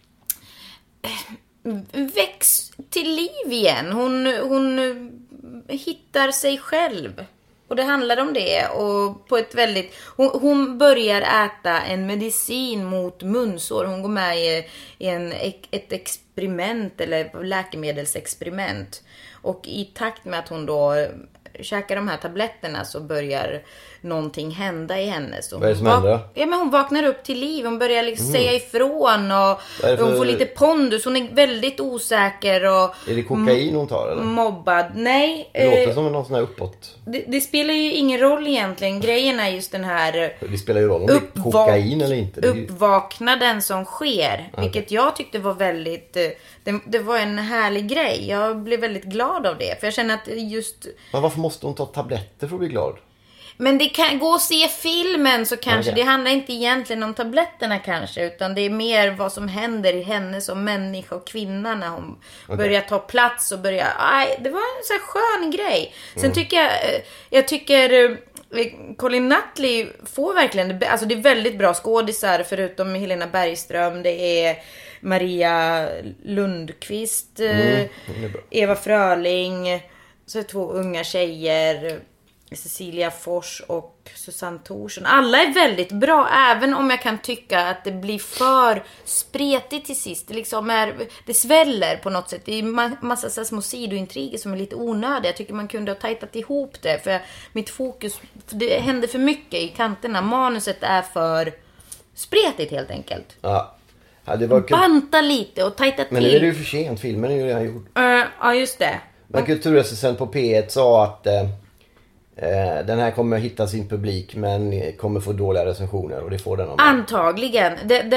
väcks till liv igen. Hon hittar sig själv. Och det handlar om det. Och på ett väldigt... Hon börjar äta en medicin mot munsår. Hon går med i ett experiment, eller läkemedelsexperiment. Och i takt med att hon då käkar de här tabletterna så börjar någonting hända i henne. Så vad är det som händer? Ja, men hon vaknar upp till liv. Hon börjar liksom säga ifrån och hon får lite pondus. Hon är väldigt osäker och... Är det kokain hon tar eller? Mobbad. Nej. Det låter som någon sån här uppåt. Det spelar ju ingen roll egentligen. Grejen är just den här... Det spelar ju roll om det är kokain eller inte. Uppvaknaden som sker. Okay. Vilket jag tyckte var väldigt... Det var en härlig grej. Jag blev väldigt glad av det. För jag känner att just... Men varför måste hon ta tabletter för att bli glad? Men det kan gå och se filmen så kanske. Det handlar inte egentligen om tabletterna kanske. Utan det är mer vad som händer i henne som människa och kvinna när hon börjar ta plats och börjar... det var en så här skön grej. Sen tycker jag tycker Colin Nutley får verkligen... Alltså det är väldigt bra skådisar förutom Helena Bergström. Det är Maria Lundqvist, Eva Fröling, så är 2 unga tjejer, Cecilia Fors och Susanne Thorsson. Alla är väldigt bra, även om jag kan tycka att det blir för spretigt till sist. Det sväller på något sätt. Det är massa så små sidointriger som är lite onödiga. Jag tycker man kunde ha tajtat ihop det, för mitt fokus, det händer för mycket i kanterna. Manuset är för spretigt helt enkelt. Ja, det var banta lite och tajta till. Men nu är det ju för sent, filmen är ju redan gjord. Ja, just det. Men kulturrecensent på P1 sa att den här kommer hitta sin publik men kommer få dåliga recensioner, och det får den. Antagligen.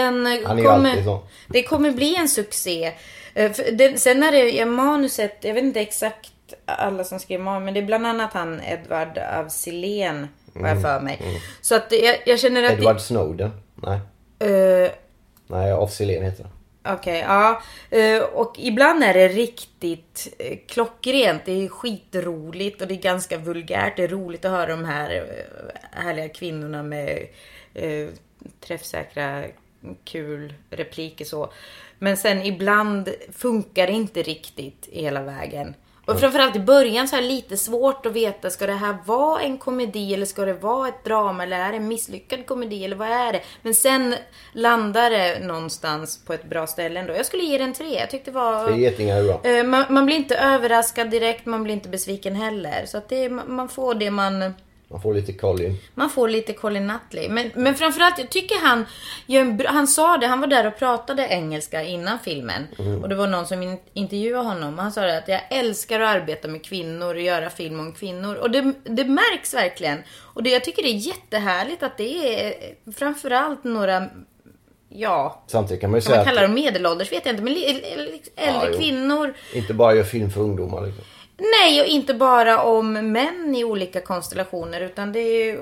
Det kommer bli en succé. Sen är det manuset, jag vet inte exakt alla som skrev manus, men det är bland annat han Edward av Silén, vad jag för mig. Så att jag känner att Edward Snowden. Nej. Nej, av Silén heter det. Okej, ja. Och ibland är det riktigt klockrent. Det är skitroligt och det är ganska vulgärt. Det är roligt att höra de här härliga kvinnorna med träffsäkra, kul repliker så. Men sen ibland funkar det inte riktigt hela vägen. Och framförallt i början så är det lite svårt att veta, ska det här vara en komedi eller ska det vara ett drama eller är det en misslyckad komedi eller vad är det? Men sen landar det någonstans på ett bra ställe ändå. Jag skulle ge den 3. Jag tyckte det var... 3 getingar är bra. Man blir inte överraskad direkt, man blir inte besviken heller. Så att det är, man får det man... Man får lite Colin. Man får lite Colin Nutley. Men framförallt, jag tycker han sa det, han var där och pratade engelska innan filmen. Och det var någon som intervjuade honom. Han sa det att jag älskar att arbeta med kvinnor och göra film om kvinnor. Och det märks verkligen. Och jag tycker det är jättehärligt att det är framförallt några... Ja, samtidigt kan man ju kan säga man kalla dem medelålders, vet jag inte. Men äldre kvinnor. Inte bara gör film för ungdomar liksom. Nej, och inte bara om män i olika konstellationer, utan det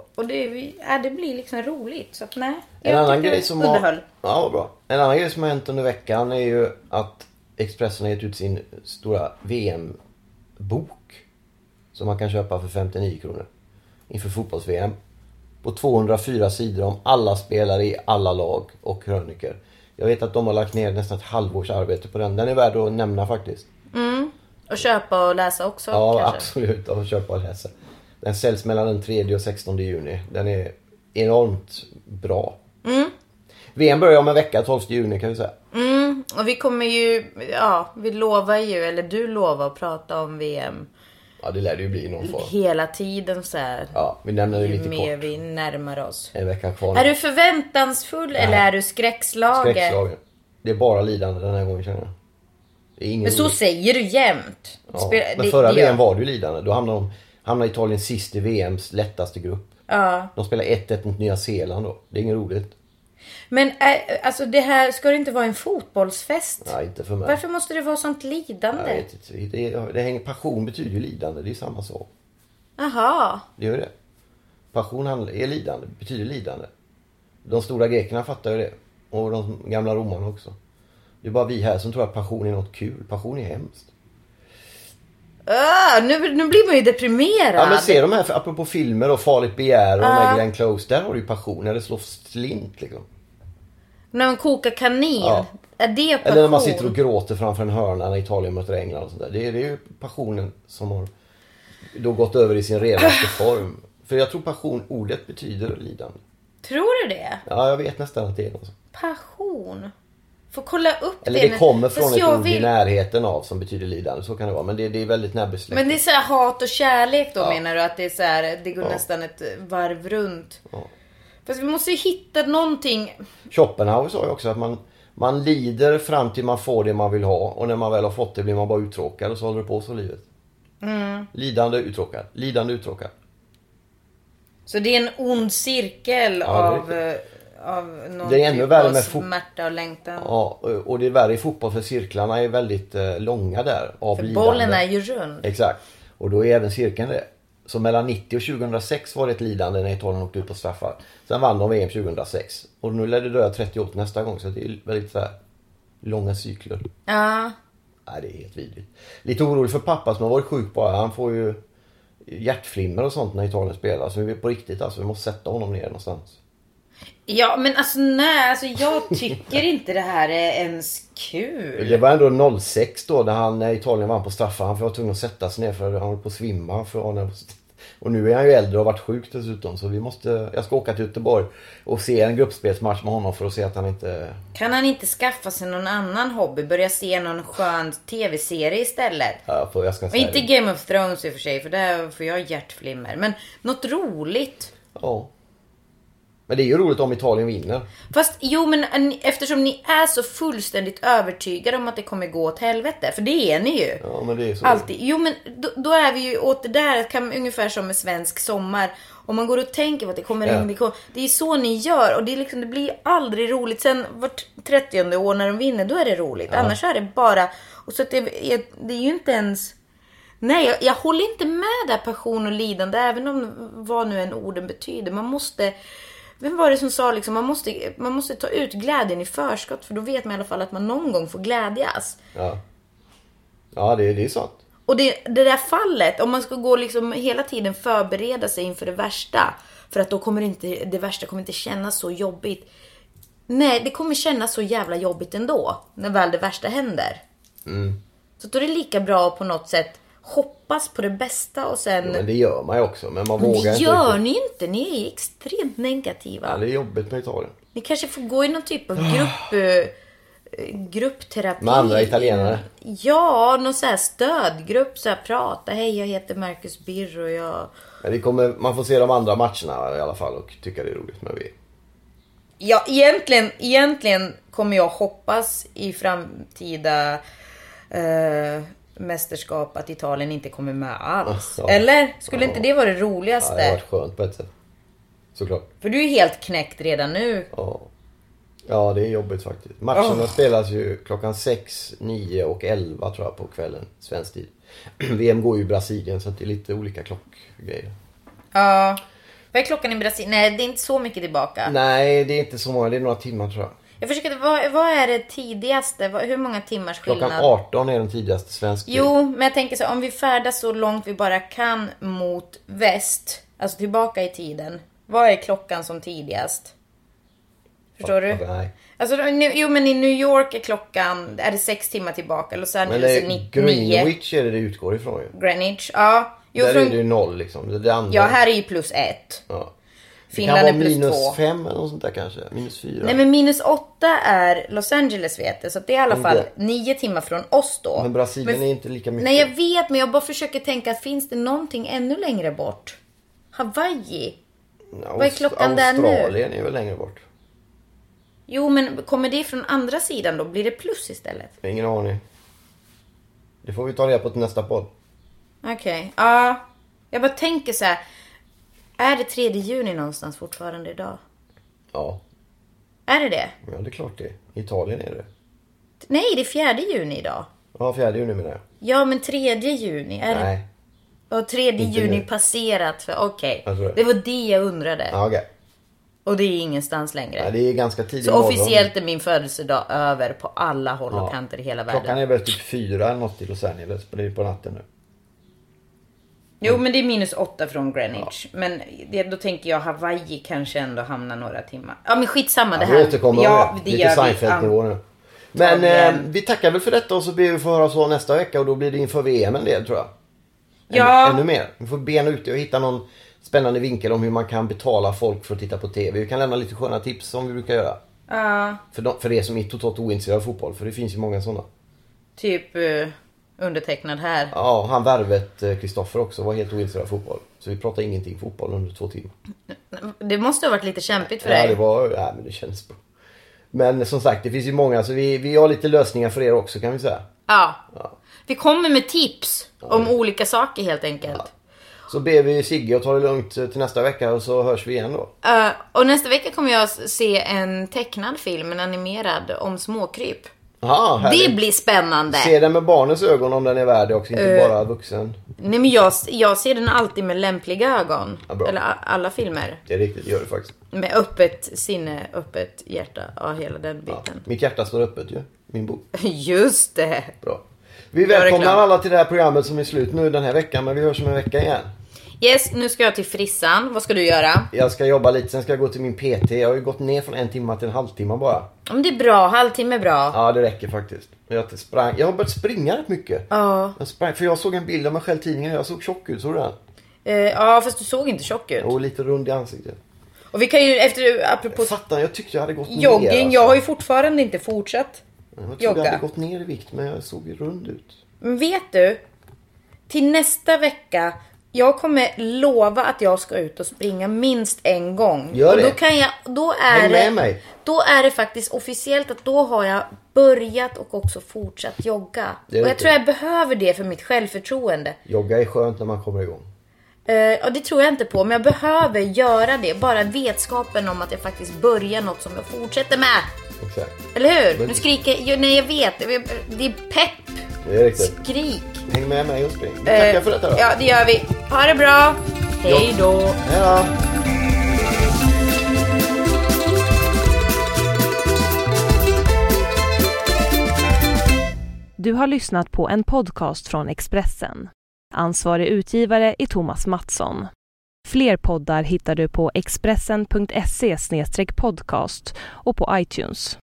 blir liksom roligt. Så att nej, En annan grej som underhöll. Ja, bra. En annan grej som har hänt under veckan är ju att Expressen har gett ut sin stora VM-bok som man kan köpa för 59 kronor inför fotbolls-VM. På 204 sidor om alla spelare i alla lag och kröniker. Jag vet att de har lagt ner nästan ett halvårs arbete på den. Den är värd att nämna faktiskt. Och köpa och läsa också. Ja, kanske. absolut. Och köpa och läsa. Den säljs mellan den 3 och 16 juni. Den är enormt bra. VM börjar om en vecka, 12 juni kan vi säga. Och vi kommer ju, vi lovar ju, eller du lovar att prata om VM. Ja, det lär det ju bli i någon form. Hela tiden så här. Ja, vi nämner det lite kort. Ju mer vi närmar oss. En vecka kvar. Är du förväntansfull eller är du skräckslagen? Skräckslagen. Det är bara lidande den här gången, känner jag. Det är ingen Men så säger du jämt. Ja, men förra VM var du lidande. Då hamnade Italien sist i VMs lättaste grupp. Ja. De spelar 1-1 mot Nya Zeeland då. Det är inget roligt. Men alltså det här, ska det inte vara en fotbollsfest? Nej, inte för mig. Varför måste det vara sånt lidande? Jag vet inte. Det hänger, passion betyder ju lidande. Det är samma sak. Aha. Det gör det. Passion är lidande. Betyder lidande. De stora grekerna fattar ju det. Och de gamla romarna också. Det är bara vi här som tror att passion är något kul. Passion är hemskt. Nu blir man ju deprimerad. Ja, men se de här, apropå filmer och Farligt begär och med Glenn Close. Där har du ju passion när det slår slint liksom. När man kokar kanin. Ja. Är det passion? Eller när man sitter och gråter framför en hörna när Italien möter England och sånt där. Det är ju passionen som har då gått över i sin renaste form. För jag tror passion, ordet betyder lidande. Tror du det? Ja, jag vet nästan att det är något. Passion. Får kolla upp eller det kommer från ett ord i närheten av som betyder lidande. Så kan det vara. Men det är väldigt närbesläktat. Men det är så här hat och kärlek då, menar du? Att det är så här, det går nästan ett varv runt. Ja. Fast vi måste ju hitta någonting. Schopenhauer sa ju också att man lider fram till man får det man vill ha. Och när man väl har fått det blir man bara uttråkad. Och så håller det på så livet. Lidande, uttråkad. Lidande, uttråkad. Så det är en ond cirkel av någon det är ännu värre med smärta och längtan. Ja, och det är värre i fotboll för cirklarna är väldigt långa där av för lidande. bollen är ju rund. Exakt. Och då är även cirkeln det. Så mellan 90 och 2006 var det ett lidande när Italien åkte ut på straffar. Sen vann de VM 2006. Och nu lär det dröja 38 nästa gång. Så det är väldigt så här långa cykler. Ja. Nej, det är helt vidrigt. Lite orolig för pappa som har varit sjuk bara. Han får ju hjärtflimmer och sånt när Italien spelar. Så vi är på riktigt alltså. Vi måste sätta honom ner någonstans. Ja, men alltså nej. Alltså, jag tycker inte det här är ens kul. Det var ändå 06 då när Italien vann på straffar. Han var tvungen att sätta sig ner för han var på att svimma. Och nu är han ju äldre och har varit sjuk dessutom. Så jag ska åka till Göteborg och se en gruppspelsmatch med honom för att se att han inte... Kan han inte skaffa sig någon annan hobby? Börja se någon skön tv-serie istället? Ja, jag ska och inte Game of Thrones i och för sig, för där får jag hjärtflimmer. Men något roligt. Ja. Men det är ju roligt om Italien vinner. Fast men eftersom ni är så fullständigt övertygade om att det kommer gå åt helvete. För det är ni ju. Ja, men det är så. Alltid. Men då är vi ju åt det där. Ungefär som med svensk sommar. Om man går och tänker på att det kommer in. Det är så ni gör. Och det, är liksom, det blir aldrig roligt. Sen vart 30:e år när de vinner, då är det roligt. Ja. Annars är det bara... Och så att det är ju inte ens... Nej, jag håller inte med där passion och lidande. Även om vad nu en orden betyder. Man måste... Vem var det som sa liksom, man måste ta ut glädjen i förskott, för då vet man i alla fall att man någon gång får glädjas. Ja, det är sant. Och det där fallet, om man ska gå liksom hela tiden förbereda sig inför det värsta, för att då kommer inte det värsta kommer inte kännas så jobbigt. Nej, det kommer kännas så jävla jobbigt ändå när väl det värsta händer. Så då är det lika bra på något sätt hoppas på det bästa och sen... Men det gör man ju också, men man vågar inte. Det gör ni inte, ni är extremt negativa. Ja, det är jobbigt med Italien. Ni kanske får gå i någon typ av gruppterapi. Med andra italienare. Ja, någon så här stödgrupp, så här prata. Hej, jag heter Marcus Birro och jag... Ja, man får se de andra matcherna i alla fall och tycka det är roligt med vi. Ja, egentligen kommer jag hoppas i framtida mästerskap att Italien inte kommer med alls. Ja. Eller? Skulle inte det vara det roligaste? Ja, det har varit skönt på ett sätt. Såklart. För du är helt knäckt redan nu. Ja, det är jobbigt faktiskt. Matcherna spelas ju klockan 6, 9 och 11 tror jag på kvällen, svensk tid. VM går ju i Brasilien så det är lite olika klockgrejer. Ja. Vad är klockan i Brasilien? Nej, det är inte så mycket tillbaka. Nej, det är inte så många. Det är några timmar tror jag. Jag försöker, vad är det tidigaste? Hur många timmars skillnad? Klockan 18 är den tidigaste svensk tid. Jo, men jag tänker så, om vi färdas så långt vi bara kan mot väst, alltså tillbaka i tiden. Vad är klockan som tidigast? Förstår du? Nej. Alltså, jo, men i New York är klockan, är det 6 timmar tillbaka. Los Angeles är 99. Greenwich är det utgår ifrån ju. Greenwich, ja. Jo, där är det ju 0 liksom. Det andra. Ja, här är ju +1. Ja. Finland är +2. -5 eller något sånt där kanske. -4. Nej, men -8 är Los Angeles vet jag. Så det är i alla fall 9 timmar från oss då. Men Brasilien är inte lika mycket. Nej, jag vet, men jag bara försöker tänka, finns det någonting ännu längre bort? Hawaii? Ja, vad är klockan där nu? Australien är väl längre bort. Jo, men kommer det från andra sidan då? Blir det plus istället? Ingen aning. Det får vi ta reda på till nästa podd. Okej, ja. Jag bara tänker så här. Är det 3 juni någonstans fortfarande idag? Ja. Är det det? Ja, det är klart det. I Italien är det. Nej, det är 4 juni idag. Ja, 4 juni menar jag. Ja, men 3 juni. Är Nej. det? Och 3 juni nu. passerat. Okej. Jag tror det. Det var det jag undrade. Ja, okej. Och det är ingenstans längre. Ja, det är ganska tidigt. Så officiellt är min födelsedag över på alla håll och kanter i hela världen. Klockan är väl typ 4 eller något i Los Angeles. Det är på natten nu. Jo, men det är -8 från Greenwich. Ja. Men då tänker jag Hawaii kanske ändå hamnar några timmar. Ja, men skitsamma det här. Vi återkommer det lite Seinfeld-nivå nu. Men vi tackar väl för detta och så ber vi få höra så nästa vecka. Och då blir det inför VM en del tror jag. Ännu mer. Vi får bena ut det och hitta någon spännande vinkel om hur man kan betala folk för att titta på TV. Vi kan lämna lite sköna tips som vi brukar göra. För det som är totalt ointresserade av fotboll. För det finns ju många sådana. Typ undertecknad här. Ja, han värvet Kristoffer också var helt ointresserad av fotboll. Så vi pratar ingenting fotboll under 2 timmar. Det måste ha varit lite kämpigt för dig. Ja, det var... Ja, men det känns bra. Men som sagt, det finns ju många. Så vi har lite lösningar för er också kan vi säga. Ja. Vi kommer med tips om olika saker helt enkelt. Ja. Så ber vi Sigge att ta det lugnt till nästa vecka och så hörs vi igen då. Och nästa vecka kommer jag se en tecknad film, en animerad om småkryp. Aha, det blir spännande. Se den med barnens ögon om den är värd också, inte bara vuxen. Nej, men jag ser den alltid med lämpliga ögon. Ja, eller alla filmer. Det är riktigt, det gör det faktiskt. Med öppet sinne, öppet hjärta. Ja, hela den biten. Ja, mitt hjärta står öppet ju, min bok. Just det. Bra. Vi välkomnar alla till det här programmet som är slut nu den här veckan. Men vi hörs om en vecka igen. Yes, nu ska jag till frissan. Vad ska du göra? Jag ska jobba lite, sen ska jag gå till min PT. Jag har ju gått ner från 1 timme till en halvtimme bara. Ja, men det är bra, halvtimme är bra. Ja, det räcker faktiskt. Jag har börjat springa rätt mycket. Ja. För jag såg en bild av mig själv i tidningen. Jag såg tjock ut, såg du den? Ja, fast du såg inte tjock ut. Och lite rund i ansiktet. Och vi kan ju, apropå jag tyckte jag hade gått ner. Jogging, alltså. jag har ju fortfarande inte fortsatt jag trodde jogga. Jag hade gått ner i vikt, men jag såg ju rund ut. Men vet du, till nästa vecka, jag kommer lova att jag ska ut och springa minst en gång. Gör det. Och då Häng med mig. Då är det faktiskt officiellt att då har jag börjat och också fortsatt jogga. Och jag tror jag behöver det för mitt självförtroende. Jogga är skönt när man kommer igång. Ja, det tror jag inte på, men jag behöver göra det. Bara vetskapen om att jag faktiskt börjar något som jag fortsätter med. Exakt. Eller hur? Nu skriker, nej jag vet, det är pepp. Det är riktigt. Skrik. Häng med mig och spring. Tackar för detta då. Ja, det gör vi. Ha det bra. Hej då. Hej då. Du har lyssnat på en podcast från Expressen. Ansvarig utgivare är Thomas Mattsson. Fler poddar hittar du på expressen.se/podcast och på iTunes.